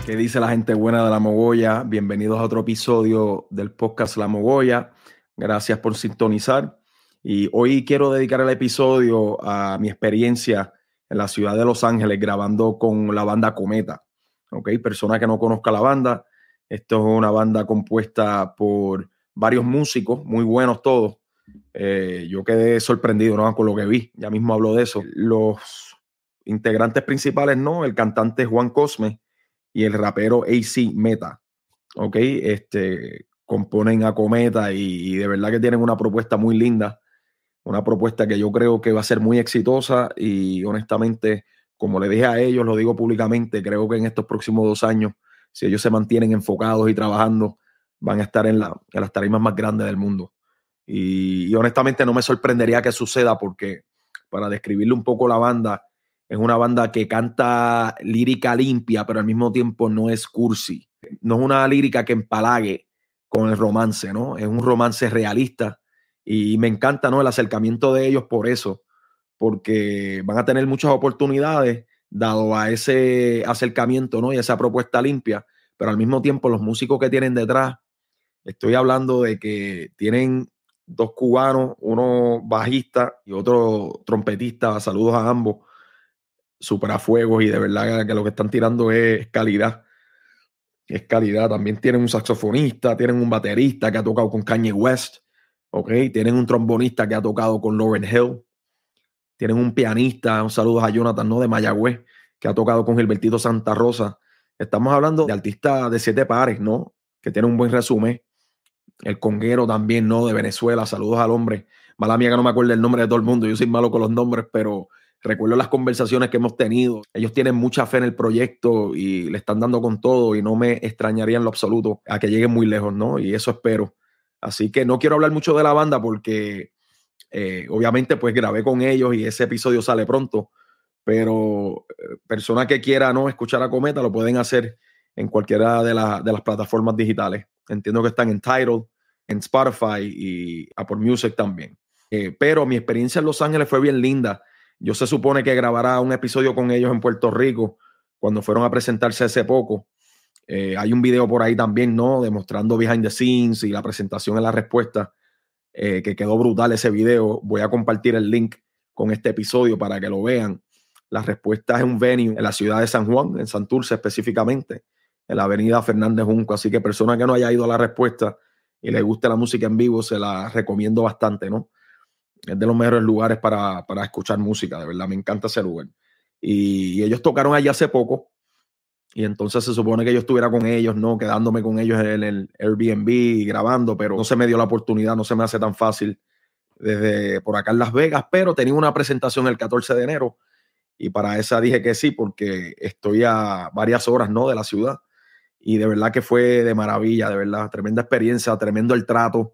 ¿Qué dice la gente buena de La Mogolla? Bienvenidos a otro episodio del podcast La Mogolla. Gracias por sintonizar. Y hoy quiero dedicar el episodio a mi experiencia en la ciudad de Los Ángeles grabando con la banda Cometa. ¿Ok? Persona que no conozca la banda, esto es una banda compuesta por varios músicos, muy buenos todos. Yo quedé sorprendido, ¿no?, con lo que vi. Ya mismo hablo de eso. Los integrantes principales, ¿no? El cantante Juan Cosme y el rapero AC Meta, ¿ok? Componen a Cometa y de verdad que tienen una propuesta muy linda, una propuesta que yo creo que va a ser muy exitosa y honestamente, como le dije a ellos, lo digo públicamente, creo que en estos próximos 2 años, si ellos se mantienen enfocados y trabajando, van a estar en las tarimas más grandes del mundo. Y honestamente no me sorprendería que suceda porque, para describirle un poco la banda, es una banda que canta lírica limpia, pero al mismo tiempo no es cursi. No es una lírica que empalague con el romance, ¿no? Es un romance realista y me encanta, ¿no?, el acercamiento de ellos por eso, porque van a tener muchas oportunidades dado a ese acercamiento, ¿no?, y esa propuesta limpia, pero al mismo tiempo los músicos que tienen detrás, estoy hablando de que tienen dos cubanos, uno bajista y otro trompetista, saludos a ambos, súper a fuego y de verdad que lo que están tirando es calidad. Es calidad. También tienen un saxofonista, tienen un baterista que ha tocado con Kanye West, ¿ok? Tienen un trombonista que ha tocado con Lauryn Hill. Tienen un pianista, un saludo a Jonathan, ¿no?, de Mayagüez, que ha tocado con Gilbertito Santa Rosa. Estamos hablando de artistas de 7 pares, ¿no?, que tienen un buen resumen. El conguero también, ¿no?, de Venezuela. Saludos al hombre. Mala mía que no me acuerdo el nombre de todo el mundo. Yo soy malo con los nombres, pero recuerdo las conversaciones que hemos tenido. Ellos tienen mucha fe en el proyecto y le están dando con todo y no me extrañaría en lo absoluto a que lleguen muy lejos, ¿no? Y eso espero. Así que no quiero hablar mucho de la banda porque obviamente pues grabé con ellos y ese episodio sale pronto, pero persona que quiera, ¿no?, escuchar a Cometa lo pueden hacer en cualquiera de las plataformas digitales. Entiendo que están en Tidal, en Spotify y Apple Music también. Pero mi experiencia en Los Ángeles fue bien linda. Yo se supone que grabará un episodio con ellos en Puerto Rico cuando fueron a presentarse hace poco. Hay un video por ahí también, ¿no?, demostrando behind the scenes y la presentación en la respuesta, que quedó brutal ese video. Voy a compartir el link con este episodio para que lo vean. La respuesta es un venue en la ciudad de San Juan, en Santurce específicamente, en la avenida Fernández Junco. Así que persona que no haya ido a la respuesta y le guste la música en vivo, se la recomiendo bastante, ¿no? Es de los mejores lugares para escuchar música, de verdad, me encanta ese lugar. Y ellos tocaron allá hace poco y entonces se supone que yo estuviera con ellos, ¿no?, quedándome con ellos en el Airbnb y grabando, pero no se me dio la oportunidad, no se me hace tan fácil desde por acá en Las Vegas, pero tenía una presentación el 14 de enero y para esa dije que sí porque estoy a varias horas, ¿no?, de la ciudad y de verdad que fue de maravilla, de verdad, tremenda experiencia, tremendo el trato.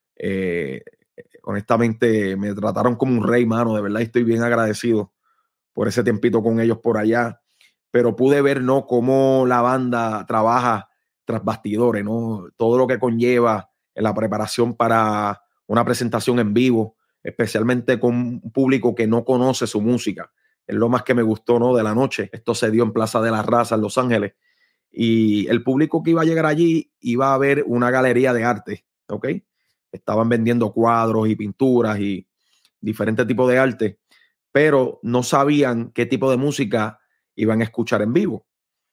Eh, Honestamente me trataron como un rey, mano, de verdad estoy bien agradecido por ese tiempito con ellos por allá, pero pude ver, ¿no?, cómo la banda trabaja tras bastidores, ¿no?, todo lo que conlleva en la preparación para una presentación en vivo, especialmente con un público que no conoce su música. Es lo más que me gustó, ¿no?, de la noche. Esto se dio en Plaza de la Raza, en Los Ángeles, y el público que iba a llegar allí iba a ver una galería de arte, ¿ok? Estaban vendiendo cuadros y pinturas y diferentes tipos de arte, pero no sabían qué tipo de música iban a escuchar en vivo.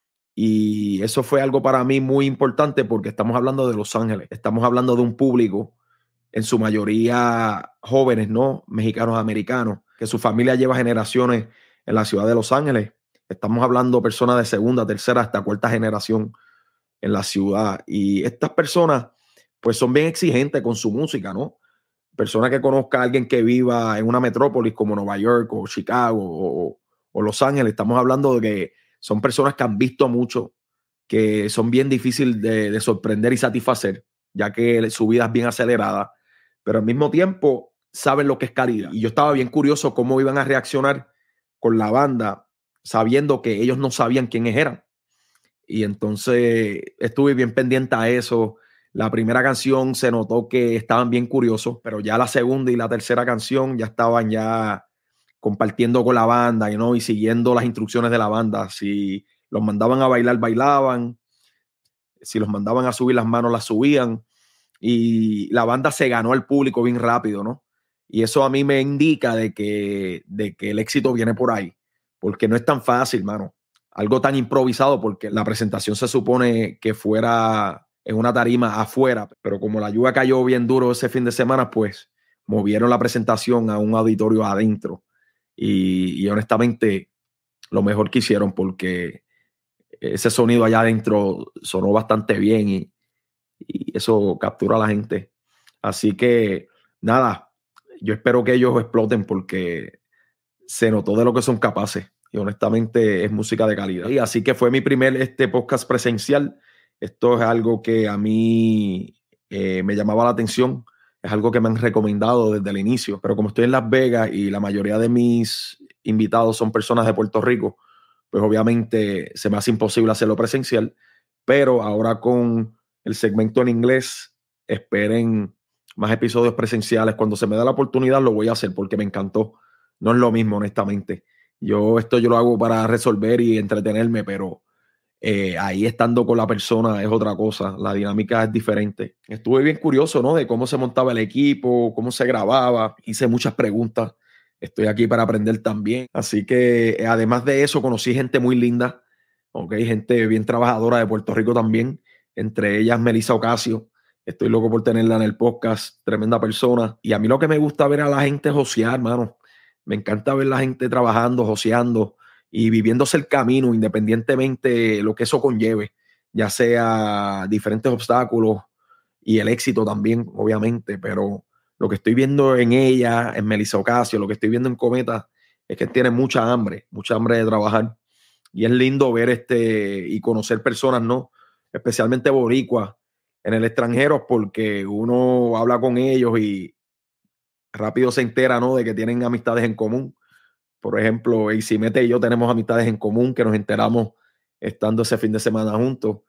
Y eso fue algo para mí muy importante porque estamos hablando de Los Ángeles, estamos hablando de un público en su mayoría jóvenes, ¿no?, mexicanos americanos, que su familia lleva generaciones en la ciudad de Los Ángeles. Estamos hablando de personas de segunda, tercera, hasta cuarta generación en la ciudad. Y estas personas, pues, son bien exigentes con su música, ¿no? Persona que conozca a alguien que viva en una metrópolis como Nueva York o Chicago o Los Ángeles, estamos hablando de que son personas que han visto mucho, que son bien difíciles de sorprender y satisfacer, ya que su vida es bien acelerada, pero al mismo tiempo saben lo que es calidad. Y yo estaba bien curioso cómo iban a reaccionar con la banda, sabiendo que ellos no sabían quiénes eran. Y entonces estuve bien pendiente a eso. La primera canción se notó que estaban bien curiosos, pero ya la segunda y la tercera canción ya estaban ya compartiendo con la banda, ¿no?, y siguiendo las instrucciones de la banda. Si los mandaban a bailar, bailaban. Si los mandaban a subir las manos, las subían. Y la banda se ganó al público bien rápido, ¿no? Y eso a mí me indica de que el éxito viene por ahí, porque no es tan fácil, mano. Algo tan improvisado, porque la presentación se supone que fuera en una tarima afuera, pero como la lluvia cayó bien duro ese fin de semana, pues movieron la presentación a un auditorio adentro. Y honestamente, lo mejor que hicieron, porque ese sonido allá adentro sonó bastante bien y eso captura a la gente. Así que, nada, yo espero que ellos exploten porque se notó de lo que son capaces y honestamente es música de calidad. Y así que fue mi primer podcast presencial. Esto es algo que a mí me llamaba la atención. Es algo que me han recomendado desde el inicio. Pero como estoy en Las Vegas y la mayoría de mis invitados son personas de Puerto Rico, pues obviamente se me hace imposible hacerlo presencial. Pero ahora con el segmento en inglés, esperen más episodios presenciales. Cuando se me da la oportunidad lo voy a hacer porque me encantó. No es lo mismo, honestamente. Yo lo hago para resolver y entretenerme, pero ahí estando con la persona es otra cosa. La dinámica es diferente. Estuve bien curioso, ¿no? De cómo se montaba el equipo, cómo se grababa. Hice muchas preguntas. Estoy aquí para aprender también. Así que además de eso, conocí gente muy linda. Ok, gente bien trabajadora de Puerto Rico también. Entre ellas Melissa Ocasio. Estoy loco por tenerla en el podcast. Tremenda persona. Y a mí lo que me gusta ver a la gente josear, hermano. Me encanta ver la gente trabajando, joseando y viviéndose el camino, independientemente de lo que eso conlleve, ya sea diferentes obstáculos y el éxito también, obviamente. Pero lo que estoy viendo en ella, en Melissa Ocasio, lo que estoy viendo en Cometa, es que tiene mucha hambre de trabajar. Y es lindo ver y conocer personas, ¿no? Especialmente boricuas en el extranjero, porque uno habla con ellos y rápido se entera, ¿no? De que tienen amistades en común. Por ejemplo, Isimete y yo tenemos amistades en común que nos enteramos estando ese fin de semana juntos.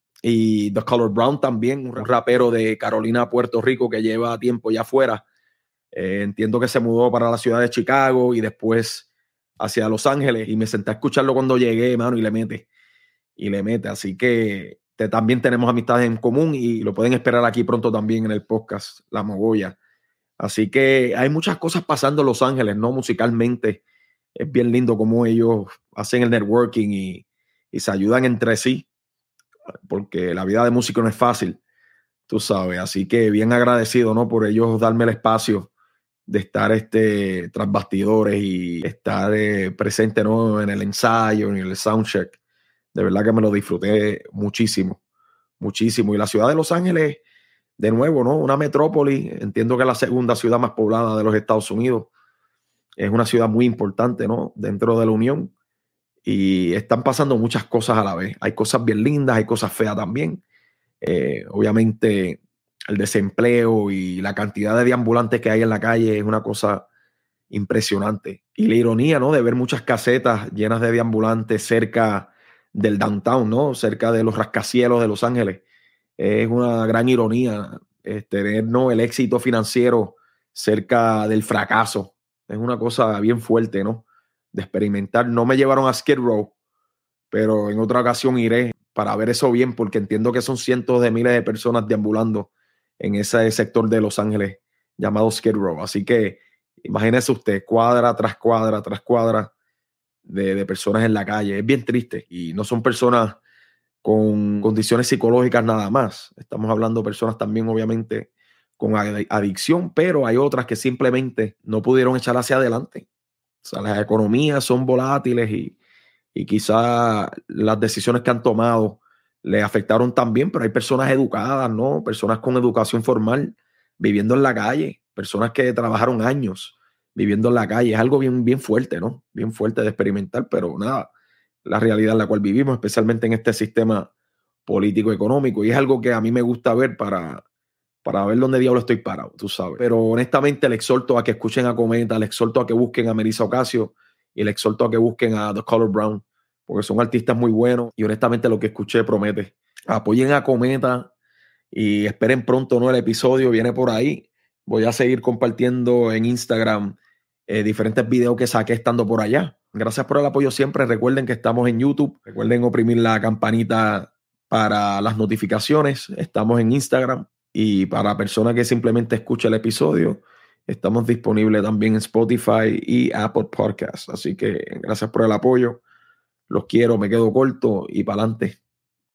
Y The Color Brown también, un rapero de Carolina, Puerto Rico, que lleva tiempo ya afuera. Entiendo que se mudó para la ciudad de Chicago y después hacia Los Ángeles. Y me senté a escucharlo cuando llegué, mano, y le mete. Y le mete. Así que también tenemos amistades en común y lo pueden esperar aquí pronto también en el podcast La Mogolla. Así que hay muchas cosas pasando en Los Ángeles, ¿no? Musicalmente. Es bien lindo cómo ellos hacen el networking y se ayudan entre sí, porque la vida de músico no es fácil, tú sabes. Así que bien agradecido, ¿no? Por ellos darme el espacio de estar tras bastidores y estar presente, ¿no? En el ensayo, en el soundcheck. De verdad que me lo disfruté muchísimo, muchísimo. Y la ciudad de Los Ángeles, de nuevo, ¿no? Una metrópoli. Entiendo que es la segunda ciudad más poblada de los Estados Unidos. Es una ciudad muy importante, ¿no? Dentro de la Unión. Y están pasando muchas cosas a la vez. Hay cosas bien lindas, hay cosas feas también. Obviamente, el desempleo y la cantidad de deambulantes que hay en la calle es una cosa impresionante. Y la ironía, ¿no? De ver muchas casetas llenas de deambulantes cerca del downtown, ¿no? Cerca de los rascacielos de Los Ángeles. Es una gran ironía tener, ¿no? El éxito financiero cerca del fracaso. Es una cosa bien fuerte, ¿no? De experimentar. No me llevaron a Skid Row, pero en otra ocasión iré para ver eso bien, porque entiendo que son cientos de miles de personas deambulando en ese sector de Los Ángeles llamado Skid Row. Así que imagínese usted, cuadra tras cuadra tras cuadra de personas en la calle. Es bien triste y no son personas con condiciones psicológicas nada más. Estamos hablando de personas también, obviamente, con adicción, pero hay otras que simplemente no pudieron echar hacia adelante. O sea, las economías son volátiles y quizá las decisiones que han tomado le afectaron también, pero hay personas educadas, ¿no? Personas con educación formal viviendo en la calle, personas que trabajaron años viviendo en la calle. Es algo bien, bien fuerte, ¿no? Bien fuerte de experimentar, pero nada, la realidad en la cual vivimos, especialmente en este sistema político económico, y es algo que a mí me gusta ver para ver dónde diablo estoy parado, tú sabes. Pero honestamente le exhorto a que escuchen a Cometa, le exhorto a que busquen a Melissa Ocasio y le exhorto a que busquen a The Color Brown, porque son artistas muy buenos y honestamente lo que escuché promete. Apoyen a Cometa y esperen pronto, ¿no? El episodio viene por ahí. Voy a seguir compartiendo en Instagram diferentes videos que saqué estando por allá. Gracias por el apoyo siempre. Recuerden que estamos en YouTube. Recuerden oprimir la campanita para las notificaciones. Estamos en Instagram. Y para personas que simplemente escucha el episodio, estamos disponibles también en Spotify y Apple Podcasts. Así que gracias por el apoyo. Los quiero, me quedo corto y para adelante.